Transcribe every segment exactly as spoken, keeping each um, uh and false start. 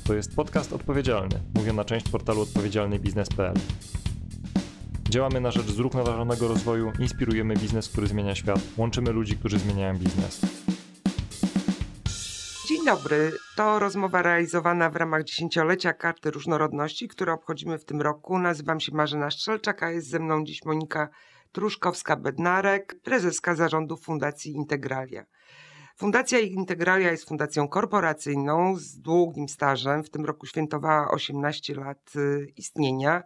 To jest podcast odpowiedzialny, mówiona część portalu odpowiedzialny biznes kropka p l. Działamy na rzecz zrównoważonego rozwoju, inspirujemy biznes, który zmienia świat, łączymy ludzi, którzy zmieniają biznes. Dzień dobry, to rozmowa realizowana w ramach dziesięciolecia Karty Różnorodności, które obchodzimy w tym roku. Nazywam się Marzena Strzelczak, a jest ze mną dziś Monika Truszkowska-Bednarek, prezeska zarządu Fundacji Integralia. Fundacja Integralia jest fundacją korporacyjną z długim stażem. W tym roku świętowała osiemnaście lat istnienia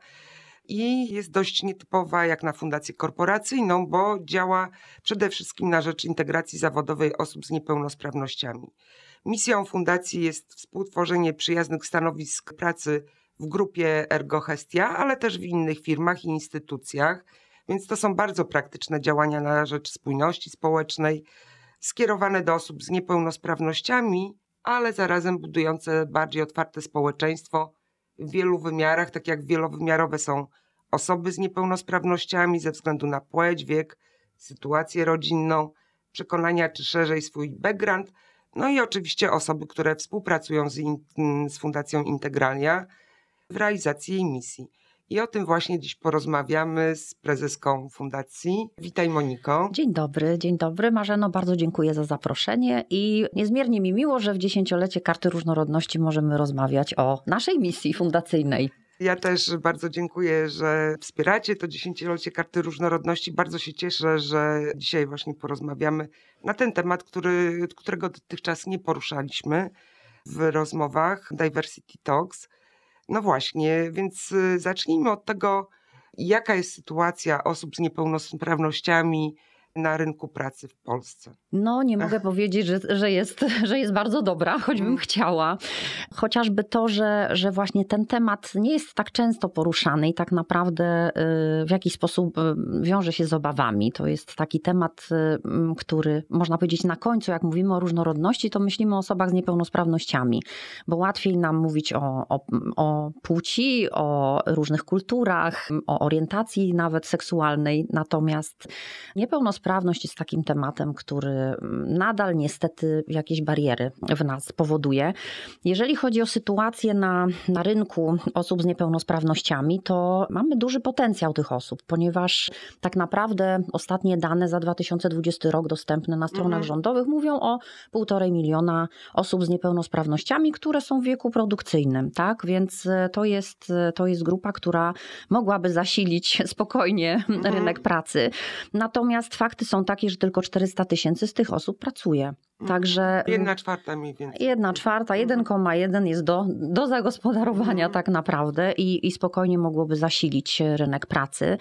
i jest dość nietypowa jak na fundację korporacyjną, bo działa przede wszystkim na rzecz integracji zawodowej osób z niepełnosprawnościami. Misją fundacji jest współtworzenie przyjaznych stanowisk pracy w grupie Ergohestia, ale też w innych firmach i instytucjach, więc to są bardzo praktyczne działania na rzecz spójności społecznej, skierowane do osób z niepełnosprawnościami, ale zarazem budujące bardziej otwarte społeczeństwo w wielu wymiarach, tak jak wielowymiarowe są osoby z niepełnosprawnościami ze względu na płeć, wiek, sytuację rodzinną, przekonania czy szerzej swój background, no i oczywiście osoby, które współpracują z, in, z Fundacją Integralia w realizacji jej misji. I o tym właśnie dziś porozmawiamy z prezeską fundacji. Witaj, Moniko. Dzień dobry, dzień dobry. Marzeno, bardzo dziękuję za zaproszenie i niezmiernie mi miło, że w dziesięciolecie Karty Różnorodności możemy rozmawiać o naszej misji fundacyjnej. Ja też bardzo dziękuję, że wspieracie to dziesięciolecie Karty Różnorodności. Bardzo się cieszę, że dzisiaj właśnie porozmawiamy na ten temat, który, którego dotychczas nie poruszaliśmy w rozmowach Diversity Talks. No właśnie, więc zacznijmy od tego, jaka jest sytuacja osób z niepełnosprawnościami na rynku pracy w Polsce. No nie mogę Ach. powiedzieć, że, że, jest, że jest bardzo dobra, choćbym hmm. chciała. Chociażby to, że, że właśnie ten temat nie jest tak często poruszany i tak naprawdę w jakiś sposób wiąże się z obawami. To jest taki temat, który można powiedzieć na końcu, jak mówimy o różnorodności, to myślimy o osobach z niepełnosprawnościami, bo łatwiej nam mówić o, o, o płci, o różnych kulturach, o orientacji nawet seksualnej, natomiast niepełnosprawność jest takim tematem, który nadal niestety jakieś bariery w nas powoduje. Jeżeli chodzi o sytuację na, na rynku osób z niepełnosprawnościami, to mamy duży potencjał tych osób, ponieważ tak naprawdę ostatnie dane za dwa tysiące dwudziesty rok dostępne na stronach mhm. rządowych mówią o półtorej miliona osób z niepełnosprawnościami, które są w wieku produkcyjnym, tak? Więc to jest, to jest grupa, która mogłaby zasilić spokojnie mhm. rynek pracy. Natomiast fakty są takie, że tylko czterysta tysięcy z tych osób pracuje. Także jedna czwarta mniej więcej. Jedna czwarta, jeden przecinek jeden jest do, do zagospodarowania mm. tak naprawdę i, i spokojnie mogłoby zasilić rynek pracy.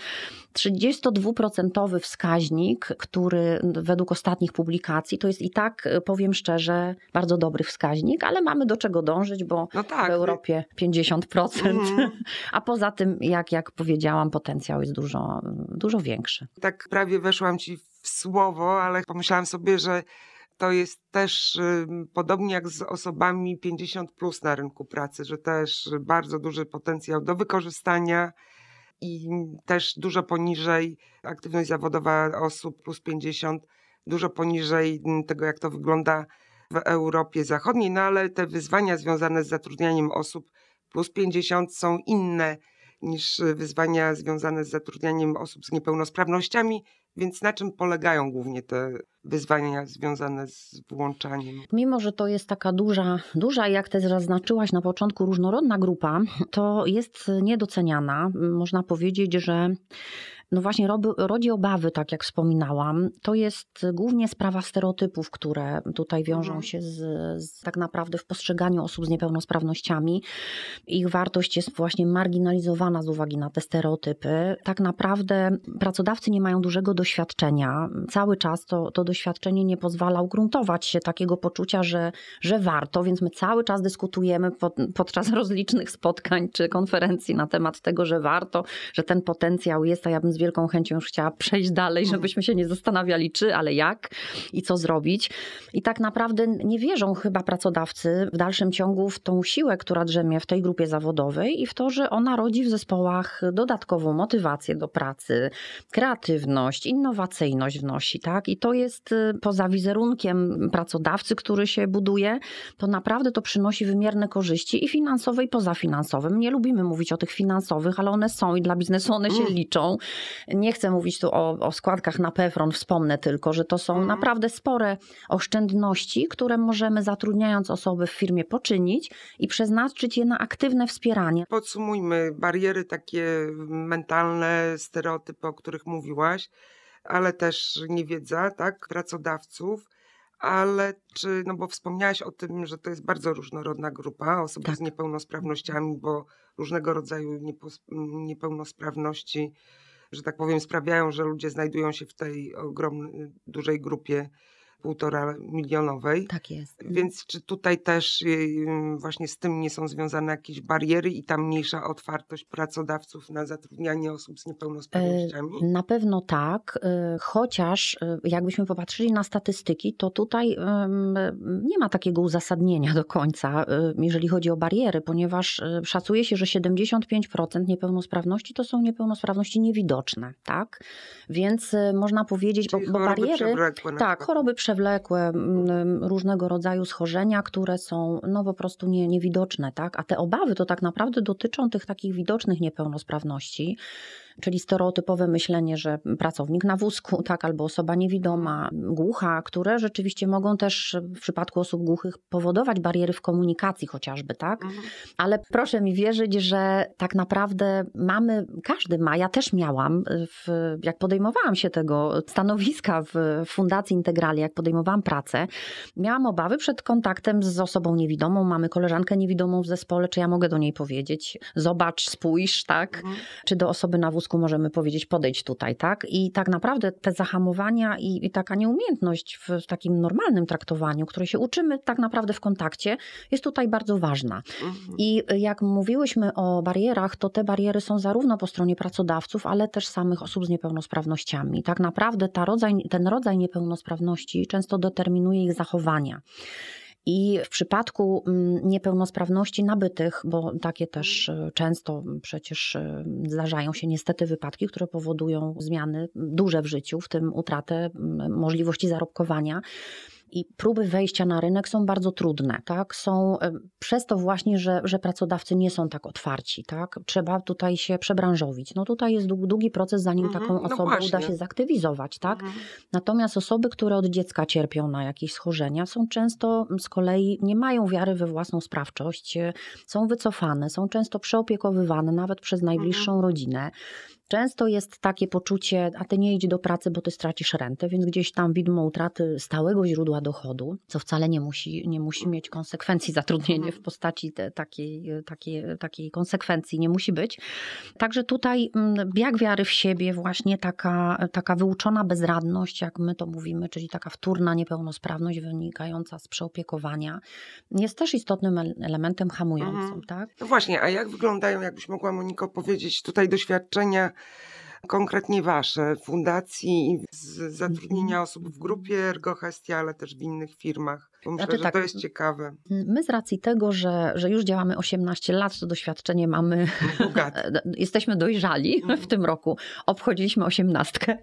trzydziestodwuprocentowy wskaźnik, który według ostatnich publikacji to jest i tak, powiem szczerze, bardzo dobry wskaźnik, ale mamy do czego dążyć, bo no tak, w Europie pięćdziesiąt procent, mm. a poza tym, jak, jak powiedziałam, potencjał jest dużo, dużo większy. Tak prawie weszłam ci w słowo, ale pomyślałam sobie, że to jest też y, podobnie jak z osobami pięćdziesiąt plus na rynku pracy, że też bardzo duży potencjał do wykorzystania i też dużo poniżej aktywność zawodowa osób plus pięćdziesiąt, dużo poniżej tego, jak to wygląda w Europie Zachodniej, no ale te wyzwania związane z zatrudnianiem osób plus pięćdziesiąt są inne niż wyzwania związane z zatrudnianiem osób z niepełnosprawnościami, więc na czym polegają głównie te wyzwania związane z włączaniem? Mimo, że to jest taka duża, duża jak ty zaznaczyłaś na początku, różnorodna grupa, to jest niedoceniana. Można powiedzieć, że no właśnie rodzi obawy, tak jak wspominałam. To jest głównie sprawa stereotypów, które tutaj wiążą mhm. się z, z tak naprawdę w postrzeganiu osób z niepełnosprawnościami. Ich wartość jest właśnie marginalizowana z uwagi na te stereotypy. Tak naprawdę pracodawcy nie mają dużego doświadczenia. Cały czas to, to doświadczenie nie pozwala ugruntować się takiego poczucia, że, że warto, więc my cały czas dyskutujemy pod, podczas rozlicznych spotkań czy konferencji na temat tego, że warto, że ten potencjał jest, a ja bym z wielką chęcią już chciała przejść dalej, żebyśmy się nie zastanawiali czy, ale jak i co zrobić. I tak naprawdę nie wierzą chyba pracodawcy w dalszym ciągu w tą siłę, która drzemie w tej grupie zawodowej i w to, że ona rodzi w zespołach dodatkową motywację do pracy, kreatywność, innowacyjność wnosi, tak? I to jest poza wizerunkiem pracodawcy, który się buduje, to naprawdę to przynosi wymierne korzyści i finansowe, i pozafinansowe. My nie lubimy mówić o tych finansowych, ale one są i dla biznesu one się liczą. Nie chcę mówić tu o, o składkach na PEFRON, wspomnę tylko, że to są mm. naprawdę spore oszczędności, które możemy zatrudniając osoby w firmie poczynić i przeznaczyć je na aktywne wspieranie. Podsumujmy, bariery takie mentalne, stereotypy, o których mówiłaś, ale też niewiedza, tak, pracodawców. Ale czy, no bo wspomniałaś o tym, że to jest bardzo różnorodna grupa osób tak. z niepełnosprawnościami, bo różnego rodzaju niepo- niepełnosprawności, że tak powiem, sprawiają, że ludzie znajdują się w tej ogromnej, dużej grupie półtora milionowej. Tak jest. Więc czy tutaj też właśnie z tym nie są związane jakieś bariery i ta mniejsza otwartość pracodawców na zatrudnianie osób z niepełnosprawnościami? Na pewno tak, chociaż jakbyśmy popatrzyli na statystyki, to tutaj nie ma takiego uzasadnienia do końca, jeżeli chodzi o bariery, ponieważ szacuje się, że siedemdziesiąt pięć procent niepełnosprawności to są niepełnosprawności niewidoczne, tak? Więc można powiedzieć, Czyli bo, bo choroby bariery... przewlekłe na Tak, przykład. choroby przewlekłe, różnego rodzaju schorzenia, które są no po prostu nie, niewidoczne, tak? A te obawy to tak naprawdę dotyczą tych takich widocznych niepełnosprawności, czyli stereotypowe myślenie, że pracownik na wózku, tak, albo osoba niewidoma, głucha, które rzeczywiście mogą też w przypadku osób głuchych powodować bariery w komunikacji chociażby, tak? Mhm. Ale proszę mi wierzyć, że tak naprawdę mamy, każdy ma, ja też miałam, w, jak podejmowałam się tego stanowiska w Fundacji Integrali, jak podejmowałam pracę, miałam obawy przed kontaktem z osobą niewidomą, mamy koleżankę niewidomą w zespole, czy ja mogę do niej powiedzieć, zobacz, spójrz, tak? Mhm. Czy do osoby na wózku możemy powiedzieć, podejdź tutaj, tak? I tak naprawdę te zahamowania i, i taka nieumiejętność w, w takim normalnym traktowaniu, której się uczymy tak naprawdę w kontakcie, jest tutaj bardzo ważna. Mhm. I jak mówiłyśmy o barierach, to te bariery są zarówno po stronie pracodawców, ale też samych osób z niepełnosprawnościami. Tak naprawdę ta rodzaj, ten rodzaj niepełnosprawności często determinuje ich zachowania. I w przypadku niepełnosprawności nabytych, bo takie też często przecież zdarzają się niestety wypadki, które powodują zmiany duże w życiu, w tym utratę możliwości zarobkowania. I próby wejścia na rynek są bardzo trudne, tak? Są przez to właśnie, że, że pracodawcy nie są tak otwarci, tak? Trzeba tutaj się przebranżowić. No tutaj jest długi proces, zanim mhm, taką osobę no uda się zaktywizować, tak? Mhm. Natomiast osoby, które od dziecka cierpią na jakieś schorzenia, są często z kolei, nie mają wiary we własną sprawczość, są wycofane, są często przeopiekowywane nawet przez najbliższą mhm. rodzinę. Często jest takie poczucie, a ty nie idź do pracy, bo ty stracisz rentę, więc gdzieś tam widmo utraty stałego źródła dochodu, co wcale nie musi, nie musi mieć konsekwencji, zatrudnienie w postaci te, takiej, takiej, takiej konsekwencji nie musi być. Także tutaj brak wiary w siebie, właśnie taka, taka wyuczona bezradność, jak my to mówimy, czyli taka wtórna niepełnosprawność wynikająca z przeopiekowania, jest też istotnym elementem hamującym. Mhm. Tak? No właśnie, a jak wyglądają, jakbyś mogła, Moniko, powiedzieć tutaj doświadczenia konkretnie wasze, fundacji, z zatrudnienia osób w grupie Ergohestia, ale też w innych firmach? Bo myślę, znaczy, że tak, to jest ciekawe. My z racji tego, że, że już działamy osiemnaście lat, to doświadczenie mamy, jesteśmy dojrzali mm. w tym roku, obchodziliśmy osiemnastkę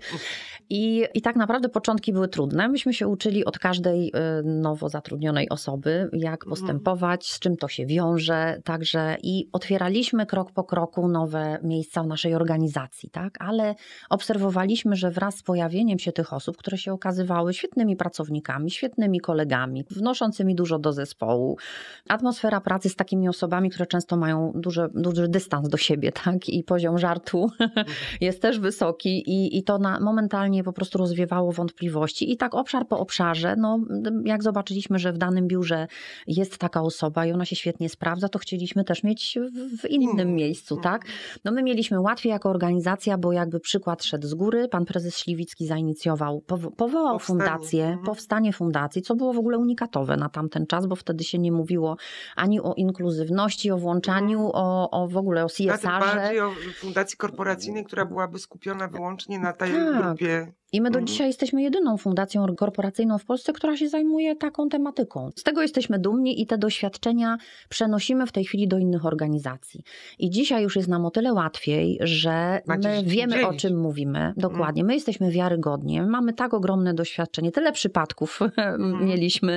I, i tak naprawdę początki były trudne. Myśmy się uczyli od każdej nowo zatrudnionej osoby, jak postępować, z czym to się wiąże, także i otwieraliśmy krok po kroku nowe miejsca w naszej organizacji, tak? Ale obserwowaliśmy, że wraz z pojawieniem się tych osób, które się okazywały świetnymi pracownikami, świetnymi kolegami, wnoszącymi dużo do zespołu, atmosfera pracy z takimi osobami, które często mają duży, duży dystans do siebie, tak? I poziom żartu jest też wysoki i, i to na, momentalnie po prostu rozwiewało wątpliwości. I tak obszar po obszarze, no jak zobaczyliśmy, że w danym biurze jest taka osoba i ona się świetnie sprawdza, to chcieliśmy też mieć w, w innym miejscu, tak? No my mieliśmy łatwiej jako organizacja, bo jakby przykład szedł z góry. Pan prezes Śliwicki zainicjował, powo- powołał powstanie. fundację, Mhm. powstanie fundacji, co było w ogóle unikalne unikatowe na tamten czas, bo wtedy się nie mówiło ani o inkluzywności, o włączaniu, o, o w ogóle o C S R-ze. Bardziej o fundacji korporacyjnej, która byłaby skupiona wyłącznie na tej tak. grupie. I my do dzisiaj jesteśmy jedyną fundacją korporacyjną w Polsce, która się zajmuje taką tematyką. Z tego jesteśmy dumni i te doświadczenia przenosimy w tej chwili do innych organizacji. I dzisiaj już jest nam o tyle łatwiej, że Macie my się wiemy, dzielić. o czym mówimy. Dokładnie. My jesteśmy wiarygodni. Mamy tak ogromne doświadczenie, tyle przypadków Mhm. mieliśmy,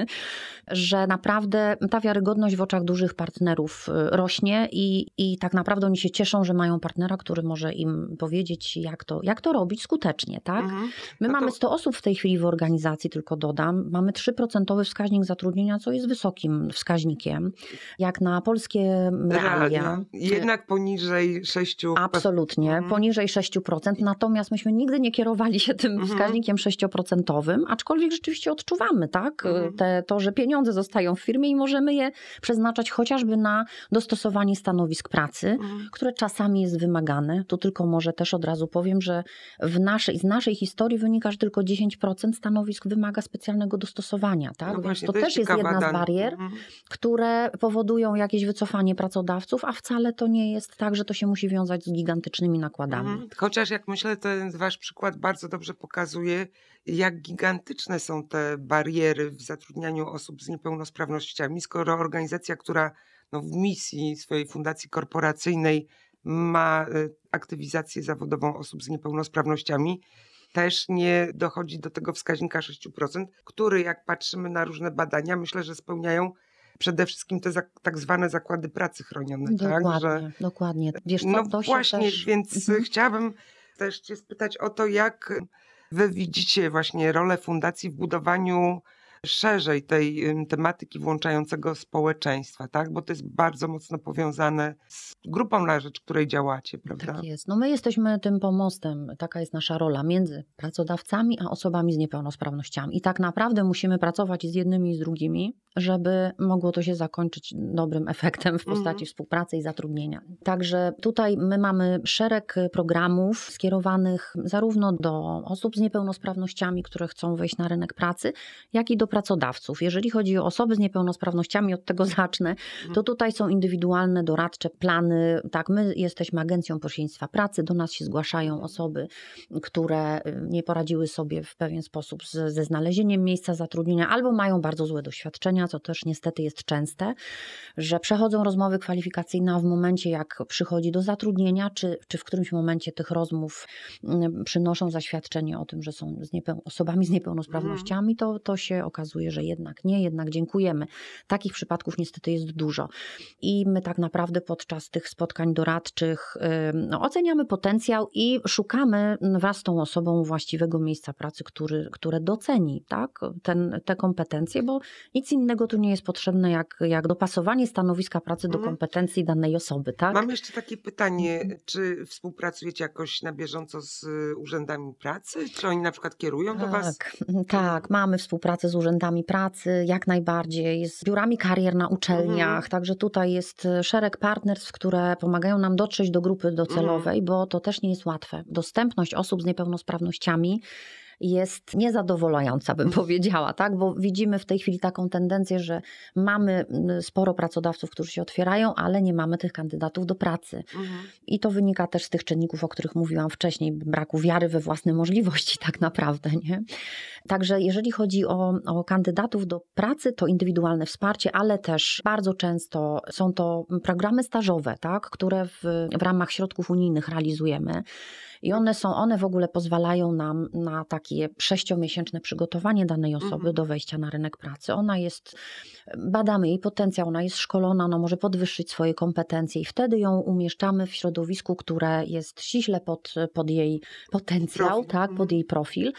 że naprawdę ta wiarygodność w oczach dużych partnerów rośnie i, i tak naprawdę oni się cieszą, że mają partnera, który może im powiedzieć, jak to, jak to robić skutecznie, tak? Mhm. My No to- mamy sto osób w tej chwili w organizacji, tylko dodam. Mamy trzy procent wskaźnik zatrudnienia, co jest wysokim wskaźnikiem, jak na polskie realia. Realia. Jednak poniżej sześciu. Absolutnie, Mhm. poniżej sześć procent, natomiast myśmy nigdy nie kierowali się tym Mhm. wskaźnikiem sześć procent, aczkolwiek rzeczywiście odczuwamy, tak? Mhm. Te, to, że pieniądze zostają w firmie i możemy je przeznaczać chociażby na dostosowanie stanowisk pracy, Mhm. które czasami jest wymagane. Tu tylko może też od razu powiem, że w naszej, z naszej historii wynika, że tylko dziesięć procent stanowisk wymaga specjalnego dostosowania, tak? No Więc właśnie, to, to jest też jest ciekawa jedna z dana. barier, Mhm. które powodują jakieś wycofanie pracodawców, a wcale to nie jest tak, że to się musi wiązać z gigantycznymi nakładami. Mhm. Chociaż jak myślę, ten wasz przykład bardzo dobrze pokazuje, jak gigantyczne są te bariery w zatrudnianiu osób z niepełnosprawnościami, skoro organizacja, która no, w misji swojej fundacji korporacyjnej ma y, aktywizację zawodową osób z niepełnosprawnościami, też nie dochodzi do tego wskaźnika sześć procent, który jak patrzymy na różne badania, myślę, że spełniają przede wszystkim te zak- tak zwane zakłady pracy chronione. Dokładnie, Tak? Że, dokładnie. Wiesz co, no to się właśnie, też... więc Mhm. chciałabym też cię spytać o to, jak wy widzicie właśnie rolę fundacji w budowaniu szerzej tej ym, tematyki włączającego społeczeństwa, tak? Bo to jest bardzo mocno powiązane z grupą, na rzecz której działacie, prawda? Tak jest. No my jesteśmy tym pomostem, taka jest nasza rola między pracodawcami a osobami z niepełnosprawnościami. I tak naprawdę musimy pracować z jednymi i z drugimi, żeby mogło to się zakończyć dobrym efektem w postaci Mhm. współpracy i zatrudnienia. Także tutaj my mamy szereg programów skierowanych zarówno do osób z niepełnosprawnościami, które chcą wejść na rynek pracy, jak i do pracodawców. Jeżeli chodzi o osoby z niepełnosprawnościami, od tego zacznę, to tutaj są indywidualne, doradcze plany. Tak, my jesteśmy Agencją Pośrednictwa Pracy, do nas się zgłaszają osoby, które nie poradziły sobie w pewien sposób z, ze znalezieniem miejsca zatrudnienia albo mają bardzo złe doświadczenia, co też niestety jest częste, że przechodzą rozmowy kwalifikacyjne, a w momencie jak przychodzi do zatrudnienia, czy, czy w którymś momencie tych rozmów mm, przynoszą zaświadczenie o tym, że są z niepeł- osobami z niepełnosprawnościami, to, to się okazuje, że jednak nie, jednak dziękujemy. Takich przypadków niestety jest dużo. I my tak naprawdę podczas tych spotkań doradczych ym, no, oceniamy potencjał i szukamy wraz z tą osobą właściwego miejsca pracy, który, które doceni, tak, ten, te kompetencje, bo nic innego tu nie jest potrzebne jak, jak dopasowanie stanowiska pracy do Mhm. kompetencji danej osoby. Tak? Mam jeszcze takie pytanie, czy współpracujecie jakoś na bieżąco z y, urzędami pracy? Czy oni na przykład kierują do was? Tak, tak, mamy współpracę z urzędami pracy, jak najbardziej, z biurami karier na uczelniach, Mhm. także tutaj jest szereg partnerstw, które pomagają nam dotrzeć do grupy docelowej, bo to też nie jest łatwe. Dostępność osób z niepełnosprawnościami jest niezadowalająca, bym powiedziała, tak? Bo widzimy w tej chwili taką tendencję, że mamy sporo pracodawców, którzy się otwierają, ale nie mamy tych kandydatów do pracy. Mhm. I to wynika też z tych czynników, o których mówiłam wcześniej, braku wiary we własne możliwości tak naprawdę, nie? Także jeżeli chodzi o, o kandydatów do pracy, to indywidualne wsparcie, ale też bardzo często są to programy stażowe, tak? Które w, w ramach środków unijnych realizujemy. I one są, one w ogóle pozwalają nam na takie sześciomiesięczne przygotowanie danej osoby Mhm. do wejścia na rynek pracy. Ona jest, badamy jej potencjał, ona jest szkolona, ona może podwyższyć swoje kompetencje i wtedy ją umieszczamy w środowisku, które jest ściśle pod, pod jej potencjał, Profil. tak, Mhm. pod jej profil.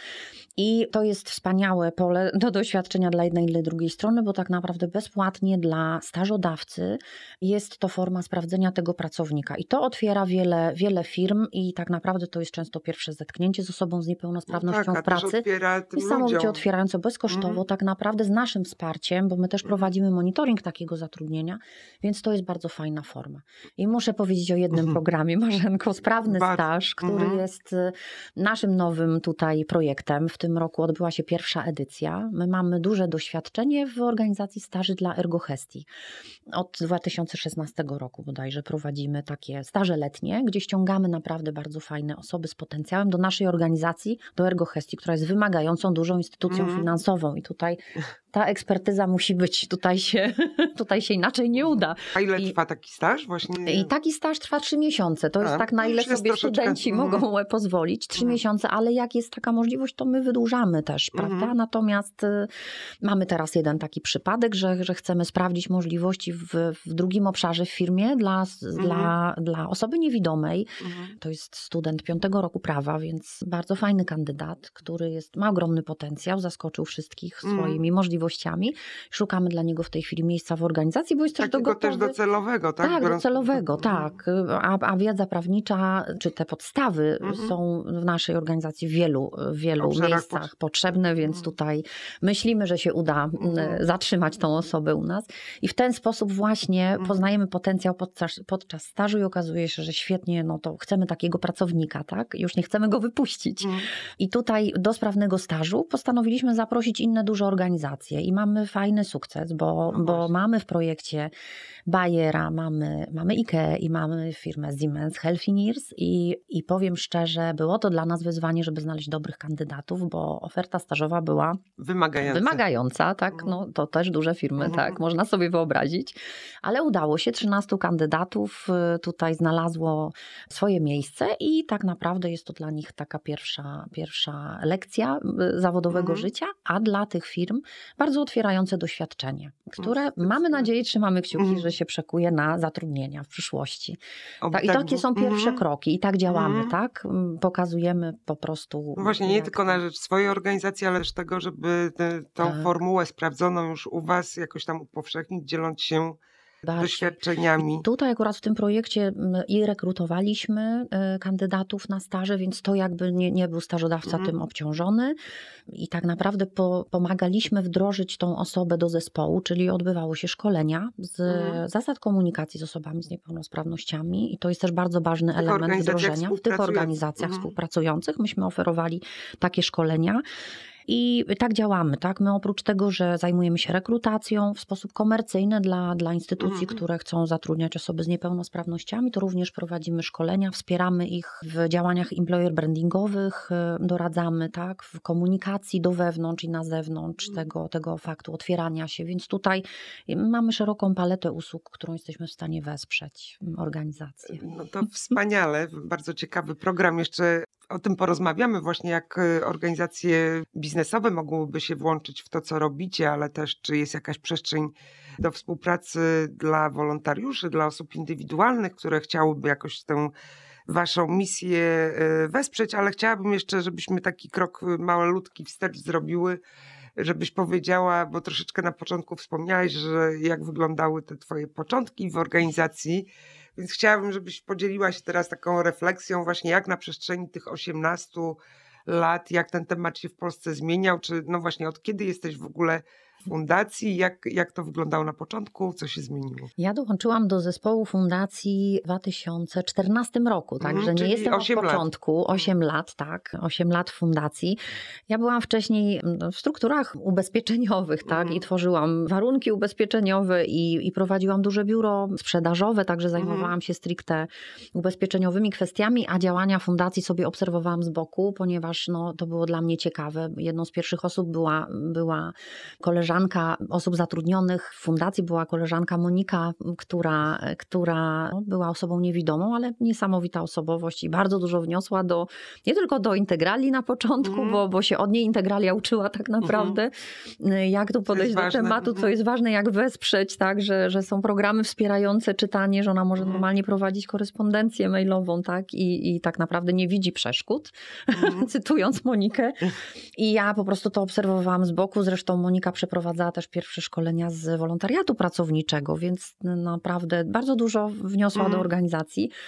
I to jest wspaniałe pole do doświadczenia dla jednej i dla drugiej strony, bo tak naprawdę bezpłatnie dla stażodawcy jest to forma sprawdzenia tego pracownika. I to otwiera wiele, wiele firm i tak naprawdę to jest często pierwsze zetknięcie z osobą z niepełnosprawnością no tak, w pracy. otwiera tym Niesamowicie ludziom. otwierająco, bezkosztowo, mm. tak naprawdę z naszym wsparciem, bo my też mm. prowadzimy monitoring takiego zatrudnienia, więc to jest bardzo fajna forma. I muszę powiedzieć o jednym mm. programie, Marzenko, Sprawny Bardzo. Staż, który mm. jest naszym nowym tutaj projektem. W tym roku odbyła się pierwsza edycja. My mamy duże doświadczenie w organizacji staży dla Ergohestii. Od dwa tysiące szesnastego roku bodajże prowadzimy takie staże letnie, gdzie ściągamy naprawdę bardzo fajne osoby z potencjałem do naszej organizacji, do Ergohestii, która jest wymagającą dużą instytucją mm. finansową i tutaj ta ekspertyza musi być, tutaj się, tutaj się inaczej nie uda. A ile I, trwa taki staż? Właśnie... I taki staż trwa trzy miesiące. To jest A, tak, na ile sobie troszeczkę... studenci mm. mogą pozwolić. Trzy mm. miesiące, ale jak jest taka możliwość, to my wydłużamy też, mm. prawda? Natomiast y, mamy teraz jeden taki przypadek, że, że chcemy sprawdzić możliwości w, w drugim obszarze w firmie dla, mm. dla, dla osoby niewidomej. Mm. To jest student piątego roku prawa, więc bardzo fajny kandydat, który jest, ma ogromny potencjał, zaskoczył wszystkich mm. swoimi możliwościami. Szukamy dla niego w tej chwili miejsca w organizacji, bo jest też Takiego gotowy... też docelowego, tak? Tak, Biorąc... docelowego, tak. A, a wiedza prawnicza, czy te podstawy mm-hmm. są w naszej organizacji w wielu, w wielu miejscach pot... potrzebne, więc mm. tutaj myślimy, że się uda mm. zatrzymać tą osobę u nas. I w ten sposób właśnie mm. poznajemy potencjał podczas, podczas stażu i okazuje się, że świetnie, no to chcemy takiego pracownika, tak? Już nie chcemy go wypuścić. Mm. I tutaj do sprawnego stażu postanowiliśmy zaprosić inne duże organizacje. I mamy fajny sukces, bo, no bo mamy w projekcie Bayera, mamy, mamy IKEA i mamy firmę Siemens Healthineers i, i powiem szczerze, było to dla nas wyzwanie, żeby znaleźć dobrych kandydatów, bo oferta stażowa była wymagająca, wymagająca tak, no to też duże firmy, mhm. tak, można sobie wyobrazić, ale udało się, trzynastu kandydatów tutaj znalazło swoje miejsce i tak naprawdę jest to dla nich taka pierwsza, pierwsza lekcja zawodowego mhm. życia, a dla tych firm bardzo otwierające doświadczenie, które no, mamy nadzieję, trzymamy kciuki, mm. że się przekuje na zatrudnienia w przyszłości. O, tak, I tak, takie są pierwsze mm. kroki i tak działamy, mm. tak? Pokazujemy po prostu... No właśnie, nie tylko to... na rzecz swojej organizacji, ale też tego, żeby tę tak. formułę sprawdzoną już u was jakoś tam upowszechnić, dzieląc się Bardzo. doświadczeniami. I tutaj akurat w tym projekcie i rekrutowaliśmy kandydatów na staże, więc to jakby nie, nie był stażodawca mm. tym obciążony i tak naprawdę po, pomagaliśmy wdrożyć tą osobę do zespołu, czyli odbywało się szkolenia z mm. zasad komunikacji z osobami z niepełnosprawnościami i to jest też bardzo ważny element wdrożenia w tych organizacjach mm. współpracujących. Myśmy oferowali takie szkolenia. I tak działamy, tak? My oprócz tego, że zajmujemy się rekrutacją w sposób komercyjny dla, dla instytucji, mm. które chcą zatrudniać osoby z niepełnosprawnościami, to również prowadzimy szkolenia, wspieramy ich w działaniach employer brandingowych, doradzamy, tak? W komunikacji do wewnątrz i na zewnątrz mm. tego, tego faktu otwierania się, więc tutaj mamy szeroką paletę usług, którą jesteśmy w stanie wesprzeć organizację. No to wspaniale, bardzo ciekawy program. Jeszcze o tym porozmawiamy właśnie, jak organizacje biznesowe mogłyby się włączyć w to, co robicie, ale też czy jest jakaś przestrzeń do współpracy dla wolontariuszy, dla osób indywidualnych, które chciałyby jakoś tę waszą misję wesprzeć, ale chciałabym jeszcze, żebyśmy taki krok malutki wstecz zrobiły, żebyś powiedziała, bo troszeczkę na początku wspomniałaś, że jak wyglądały te twoje początki w organizacji, więc chciałabym, żebyś podzieliła się teraz taką refleksją właśnie jak na przestrzeni tych osiemnastu lat, jak ten temat się w Polsce zmieniał, czy no właśnie od kiedy jesteś w ogóle fundacji, jak, jak to wyglądało na początku, co się zmieniło? Ja dołączyłam do zespołu fundacji w dwa tysiące czternastym roku, także mm, nie jestem od początku, osiem lat, tak, osiem lat fundacji. Ja byłam wcześniej w strukturach ubezpieczeniowych, tak, mm. i tworzyłam warunki ubezpieczeniowe i, i prowadziłam duże biuro sprzedażowe, także zajmowałam mm. się stricte ubezpieczeniowymi kwestiami, a działania fundacji sobie obserwowałam z boku, ponieważ no, to było dla mnie ciekawe. Jedną z pierwszych osób była, była koleżanka osób zatrudnionych w fundacji, była koleżanka Monika, która, która była osobą niewidomą, ale niesamowita osobowość i bardzo dużo wniosła do, nie tylko do integrali na początku, mm. bo, bo się od niej integralia uczyła tak naprawdę, mm. jak tu podejść do ważne. tematu, co jest ważne, jak wesprzeć, tak, że, że są programy wspierające czytanie, że ona może mm. normalnie prowadzić korespondencję mailową, tak, i, i tak naprawdę nie widzi przeszkód, mm. cytując Monikę. I ja po prostu to obserwowałam z boku, zresztą Monika przeprowadzała też pierwsze szkolenia z wolontariatu pracowniczego, więc naprawdę bardzo dużo wniosła mm. do organizacji.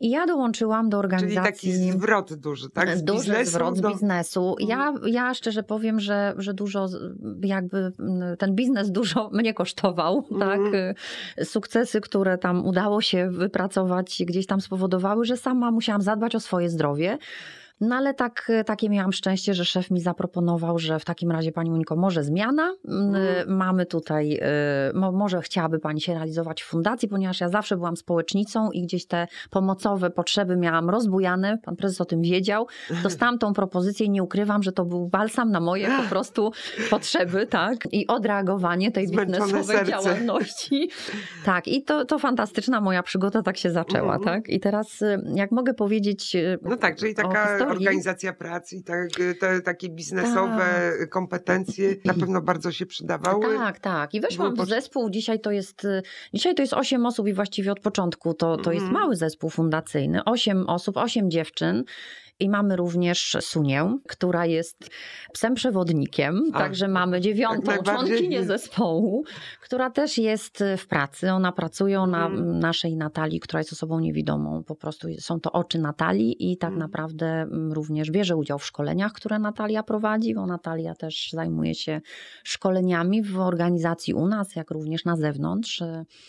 I ja dołączyłam do organizacji... Czyli taki zwrot duży, tak? Z duży biznesu zwrot z do... biznesu. Ja, ja szczerze powiem, że, że dużo jakby ten biznes dużo mnie kosztował. Mm. Tak? Sukcesy, które tam udało się wypracować, gdzieś tam spowodowały, że sama musiałam zadbać o swoje zdrowie. No ale tak, takie miałam szczęście, że szef mi zaproponował, że w takim razie pani Moniko, może zmiana. Mm. Mamy tutaj, mo, może chciałaby pani się realizować w fundacji, ponieważ ja zawsze byłam społecznicą i gdzieś te pomocowe potrzeby miałam rozbujane. Pan prezes o tym wiedział. Dostałam tą propozycję i nie ukrywam, że to był balsam na moje po prostu potrzeby, tak? I odreagowanie tej Zmęczone biznesowej serce. działalności. Tak, i to, to fantastyczna moja przygoda tak się zaczęła, Mm. tak? I teraz, jak mogę powiedzieć... No tak, czyli taka organizacja pracy i tak, te takie biznesowe tak. kompetencje na pewno bardzo się przydawały. Tak, tak. I weszłam Było w zespół. Dzisiaj to jest dzisiaj to jest osiem osób i właściwie od początku to, to jest mały zespół fundacyjny. Osiem osób, osiem dziewczyn. I mamy również Sunię, która jest psem przewodnikiem, A, także mamy dziewiątą członkinię zespołu, która też jest w pracy. Ona pracuje, ona hmm. naszej Natalii, która jest osobą niewidomą. Po prostu są to oczy Natalii i tak hmm. naprawdę również bierze udział w szkoleniach, które Natalia prowadzi, bo Natalia też zajmuje się szkoleniami w organizacji u nas, jak również na zewnątrz.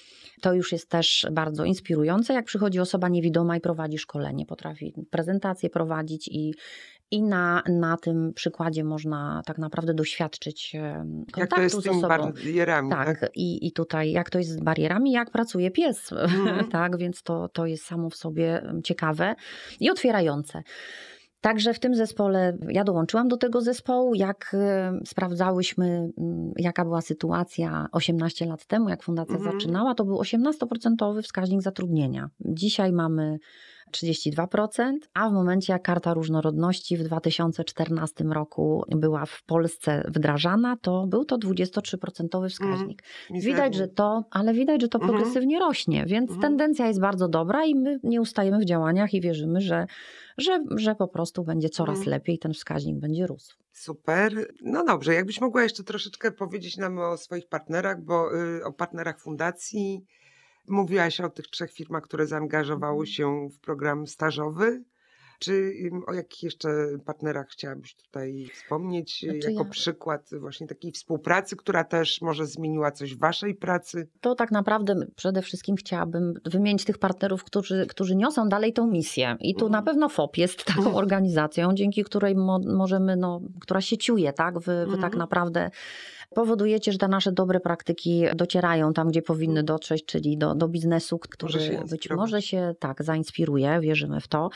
To już jest też bardzo inspirujące, jak przychodzi osoba niewidoma i prowadzi szkolenie, potrafi prezentacje prowadzić i, i na, na tym przykładzie można tak naprawdę doświadczyć kontaktu jak to jest z, z osobą. Barierami. Tak, tak? I, i tutaj jak to jest z barierami, jak pracuje pies, mm. tak, więc to, to jest samo w sobie ciekawe i otwierające. Także w tym zespole, ja dołączyłam do tego zespołu, jak sprawdzałyśmy, jaka była sytuacja osiemnaście lat temu, jak fundacja mhm. zaczynała, to był osiemnastoprocentowy wskaźnik zatrudnienia. Dzisiaj mamy trzydzieści dwa procent, a w momencie jak Karta Różnorodności w dwa tysiące czternastym roku była w Polsce wdrażana, to był to dwudziestotrzyprocentowy wskaźnik. Mm, widać, że to, ale widać, że to mm. progresywnie rośnie, więc mm. tendencja jest bardzo dobra i my nie ustajemy w działaniach i wierzymy, że, że, że po prostu będzie coraz mm. lepiej, ten wskaźnik będzie rósł. Super. No dobrze, jakbyś mogła jeszcze troszeczkę powiedzieć nam o swoich partnerach, bo y, o partnerach fundacji. Mówiłaś o tych trzech firmach, które zaangażowały się w program stażowy. Czy o jakich jeszcze partnerach chciałabyś tutaj wspomnieć znaczy jako ja... przykład właśnie takiej współpracy, która też może zmieniła coś w waszej pracy? To tak naprawdę przede wszystkim chciałabym wymienić tych partnerów, którzy, którzy niosą dalej tą misję. I tu mm. na pewno F O P jest taką mm. organizacją, dzięki której mo- możemy, no, która sieciuje, tak? Wy, wy mm. tak naprawdę powodujecie, że te nasze dobre praktyki docierają tam, gdzie powinny dotrzeć, czyli do, do biznesu, który może być może się tak zainspiruje, wierzymy w to.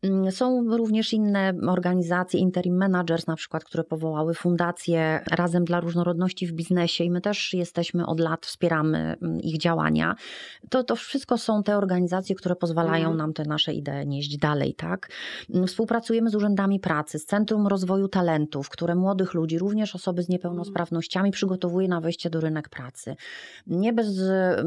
Są również inne organizacje, Interim Managers na przykład, które powołały fundację Razem dla Różnorodności w biznesie i my też jesteśmy od lat, wspieramy ich działania. To, to wszystko są te organizacje, które pozwalają mm. nam te nasze idee nieść dalej, tak? Współpracujemy z urzędami pracy, z Centrum Rozwoju Talentów, które młodych ludzi, również osoby z niepełnosprawnościami przygotowuje na wejście do rynek pracy. Nie bez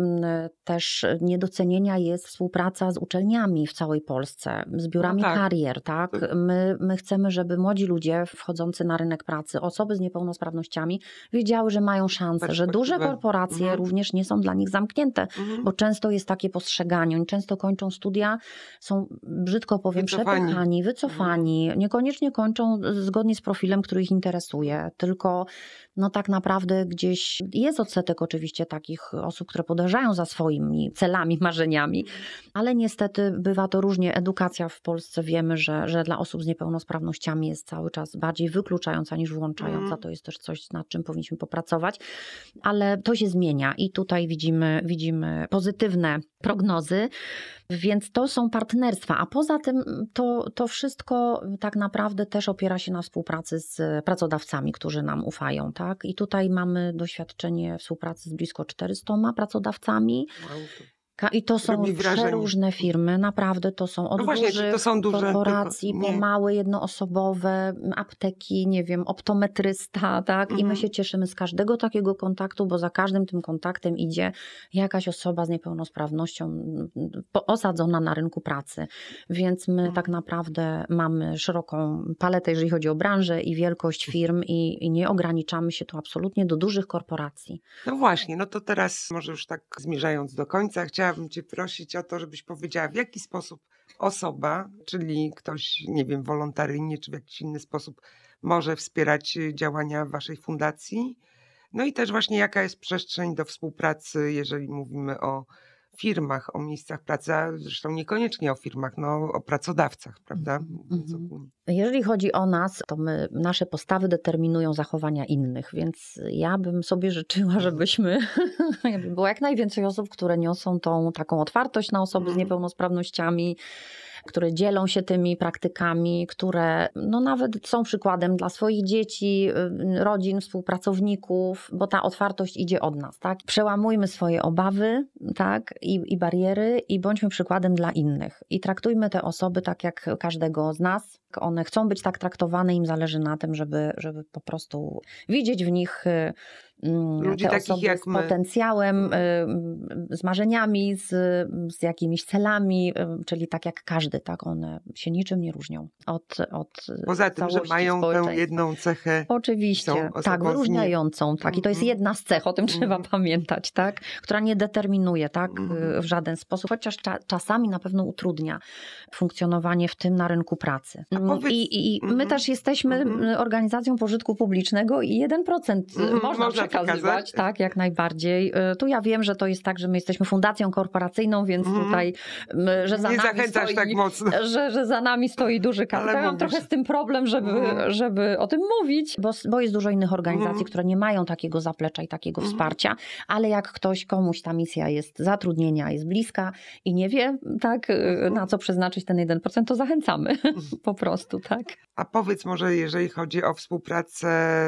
też niedocenienia jest współpraca z uczelniami w całej Polsce, z biurami no tak. karier, tak? My, my chcemy, żeby młodzi ludzie wchodzący na rynek pracy, osoby z niepełnosprawnościami wiedziały, że mają szansę, że duże korporacje mhm. również nie są dla nich zamknięte, mhm. bo często jest takie postrzeganie. Oni często kończą studia, są brzydko powiem wycofani. przepychani, wycofani, mhm. niekoniecznie kończą zgodnie z profilem, który ich interesuje, tylko no tak naprawdę gdzieś jest odsetek oczywiście takich osób, które podążają za swoimi celami, marzeniami, ale niestety bywa to różnie. Edukacja w Polsce wiemy, że, że dla osób z niepełnosprawnościami jest cały czas bardziej wykluczająca niż włączająca. Mm. To jest też coś, nad czym powinniśmy popracować, ale to się zmienia i tutaj widzimy, widzimy pozytywne prognozy, więc to są partnerstwa, a poza tym to, to wszystko tak naprawdę też opiera się na współpracy z pracodawcami, którzy nam ufają, tak? I tutaj mamy doświadczenie współpracy z blisko czterystoma pracodawcami. Wow. I to są przeróżne firmy, naprawdę to są od no właśnie, dużych to są duże, korporacji, po małe jednoosobowe, apteki, nie wiem, optometrysta, tak? Mhm. I my się cieszymy z każdego takiego kontaktu, bo za każdym tym kontaktem idzie jakaś osoba z niepełnosprawnością osadzona na rynku pracy. Więc my mhm. tak naprawdę mamy szeroką paletę, jeżeli chodzi o branżę i wielkość firm i, i nie ograniczamy się tu absolutnie do dużych korporacji. No właśnie, no to teraz może już tak zmierzając do końca, chciałabym chciałabym Cię prosić o to, żebyś powiedziała, w jaki sposób osoba, czyli ktoś, nie wiem, wolontaryjnie czy w jakiś inny sposób może wspierać działania Waszej fundacji. No i też właśnie jaka jest przestrzeń do współpracy, jeżeli mówimy o firmach, o miejscach pracy, a zresztą niekoniecznie o firmach, no o pracodawcach, prawda? Mm-hmm. Jeżeli chodzi o nas, to my, nasze postawy determinują zachowania innych, więc ja bym sobie życzyła, żebyśmy, żeby było jak najwięcej osób, które niosą tą taką otwartość na osoby mm. z niepełnosprawnościami, które dzielą się tymi praktykami, które no nawet są przykładem dla swoich dzieci, rodzin, współpracowników, bo ta otwartość idzie od nas, tak? Przełamujmy swoje obawy, tak? I, i bariery i bądźmy przykładem dla innych. I traktujmy te osoby tak jak każdego z nas. One chcą być tak traktowane, im zależy na tym, żeby, żeby po prostu widzieć w nich ludzi te osoby jak z potencjałem, my. z marzeniami, z, z jakimiś celami, czyli tak jak każdy, tak, one się niczym nie różnią od, od Poza tym, że mają tę jedną cechę. Oczywiście, tak, wyróżniającą, tak, i to jest jedna z cech, o tym mm. trzeba pamiętać, tak, która nie determinuje, tak, mm. w żaden sposób, chociaż cza, czasami na pewno utrudnia funkcjonowanie w tym na rynku pracy. Powiedz... I, i my mm. też jesteśmy mm. organizacją pożytku publicznego i jeden procent mm. można, można przekazywać, przekazać. Tak, jak najbardziej. Tu ja wiem, że to jest tak, że my jesteśmy fundacją korporacyjną, więc mm. tutaj, że za nie nami zachęcasz stoi, tak mocno. Że, że za nami stoi duży kapitał. Ja mam trochę z tym problem, żeby, mm. żeby o tym mówić, bo, bo jest dużo innych organizacji, mm. które nie mają takiego zaplecza i takiego mm. wsparcia, ale jak ktoś, komuś ta misja jest zatrudnienia, jest bliska i nie wie, tak, mm. na co przeznaczyć ten jeden procent, to zachęcamy mm. po prostu, tak. A powiedz może, jeżeli chodzi o współpracę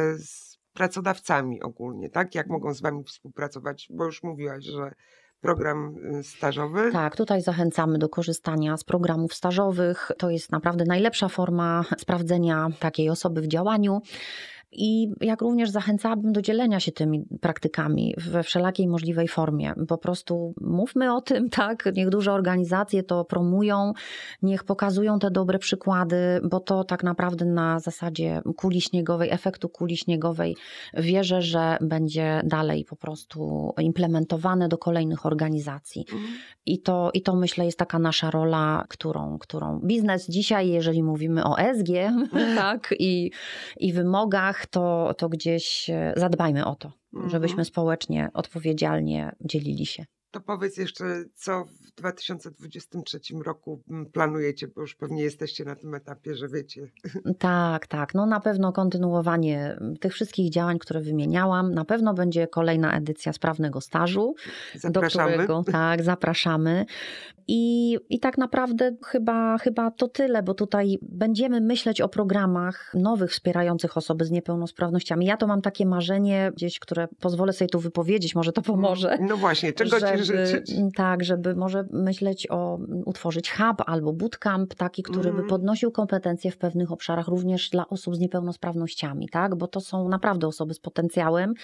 z pracodawcami ogólnie, tak? Jak mogą z Wami współpracować? Bo już mówiłaś, że program stażowy. Tak, tutaj zachęcamy do korzystania z programów stażowych. To jest naprawdę najlepsza forma sprawdzenia takiej osoby w działaniu. I jak również zachęcałabym do dzielenia się tymi praktykami we wszelakiej możliwej formie. Po prostu mówmy o tym, tak, niech duże organizacje to promują, niech pokazują te dobre przykłady, bo to tak naprawdę na zasadzie kuli śniegowej, efektu kuli śniegowej wierzę, że będzie dalej po prostu implementowane do kolejnych organizacji. Mhm. I to, i to myślę jest taka nasza rola, którą, którą biznes dzisiaj, jeżeli mówimy o E S G, mhm. tak, i, i wymogach, To, to gdzieś zadbajmy o to, mhm. żebyśmy społecznie odpowiedzialnie dzielili się. To powiedz jeszcze, co w dwa tysiące dwudziestym trzecim roku planujecie, bo już pewnie jesteście na tym etapie, że wiecie. Tak, tak. No na pewno kontynuowanie tych wszystkich działań, które wymieniałam. Na pewno będzie kolejna edycja Sprawnego Stażu. Zapraszamy. Do którego, tak, zapraszamy. I, i tak naprawdę chyba, chyba to tyle, bo tutaj będziemy myśleć o programach nowych wspierających osoby z niepełnosprawnościami. Ja to mam takie marzenie gdzieś, które pozwolę sobie tu wypowiedzieć, może to pomoże. No właśnie, czego żeby, ci życzyć? Tak, żeby może myśleć o utworzyć hub albo bootcamp taki, który mm. by podnosił kompetencje w pewnych obszarach również dla osób z niepełnosprawnościami, tak? Bo to są naprawdę osoby z potencjałem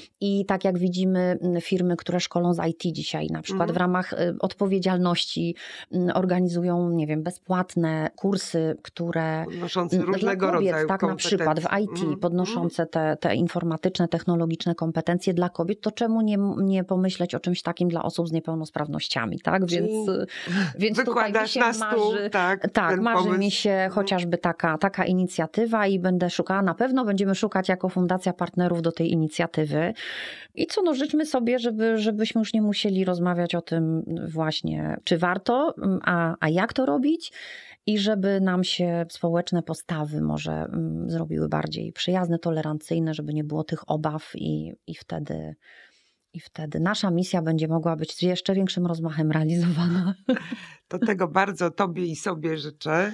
i tak jak widzimy firmy, które szkolą z I T dzisiaj, na przykład mm. w ramach odpowiedzialności organizują, nie wiem, bezpłatne kursy, które podnoszące różnego kobiet, rodzaju tak, na przykład w I T, mm. podnoszące te, te informatyczne, technologiczne kompetencje dla kobiet, to czemu nie, nie pomyśleć o czymś takim dla osób z niepełnosprawnościami, tak? Więc, więc tutaj mi się na stół, marzy, tak, tak marzy pomysł. mi się chociażby taka, taka inicjatywa i będę szukała, na pewno będziemy szukać jako fundacja partnerów do tej inicjatywy. I co, no życzmy sobie, żeby, żebyśmy już nie musieli rozmawiać o tym właśnie, czy warto, a, a jak to robić i żeby nam się społeczne postawy może mm, zrobiły bardziej przyjazne, tolerancyjne, żeby nie było tych obaw i, i wtedy... I wtedy nasza misja będzie mogła być z jeszcze większym rozmachem realizowana. To tego bardzo Tobie i sobie życzę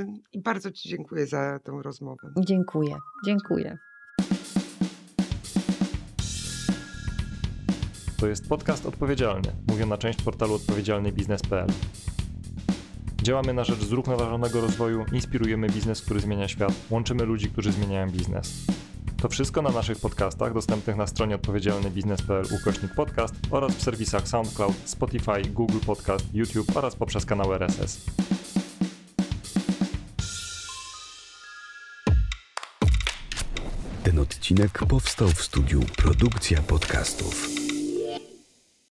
i bardzo Ci dziękuję za tę rozmowę. Dziękuję, dziękuję. To jest podcast odpowiedzialny, mówiona część portalu odpowiedzialny biznes kropka p l. Działamy na rzecz zrównoważonego rozwoju, inspirujemy biznes, który zmienia świat, łączymy ludzi, którzy zmieniają biznes. To wszystko na naszych podcastach dostępnych na stronie odpowiedzialny biznes kropka p l ukośnik podcast oraz w serwisach SoundCloud, Spotify, Google Podcast, YouTube oraz poprzez kanał R S S. Ten odcinek powstał w studiu Produkcja Podcastów.